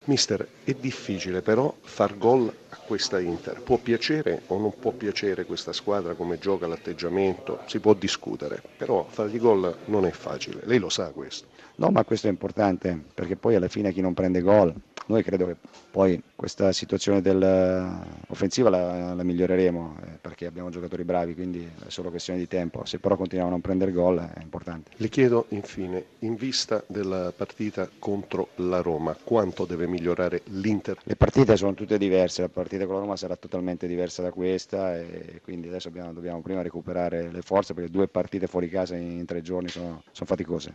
Mister, è difficile però far gol a questa Inter. Può piacere o non può piacere questa squadra come gioca, l'atteggiamento, si può discutere, però fargli gol non è facile, lei lo sa questo. No, ma questo è importante perché poi alla fine chi non prende gol, noi credo che poi questa situazione offensiva la miglioreremo perché abbiamo giocatori bravi, quindi è solo questione di tempo. Se però continuiamo a non prendere gol è importante. Le chiedo infine, in vista della partita contro la Roma, quanto deve migliorare l'Inter? Le partite sono tutte diverse, la partita con la Roma sarà totalmente diversa da questa e quindi adesso dobbiamo prima recuperare le forze perché due partite fuori casa in 3 giorni sono faticose.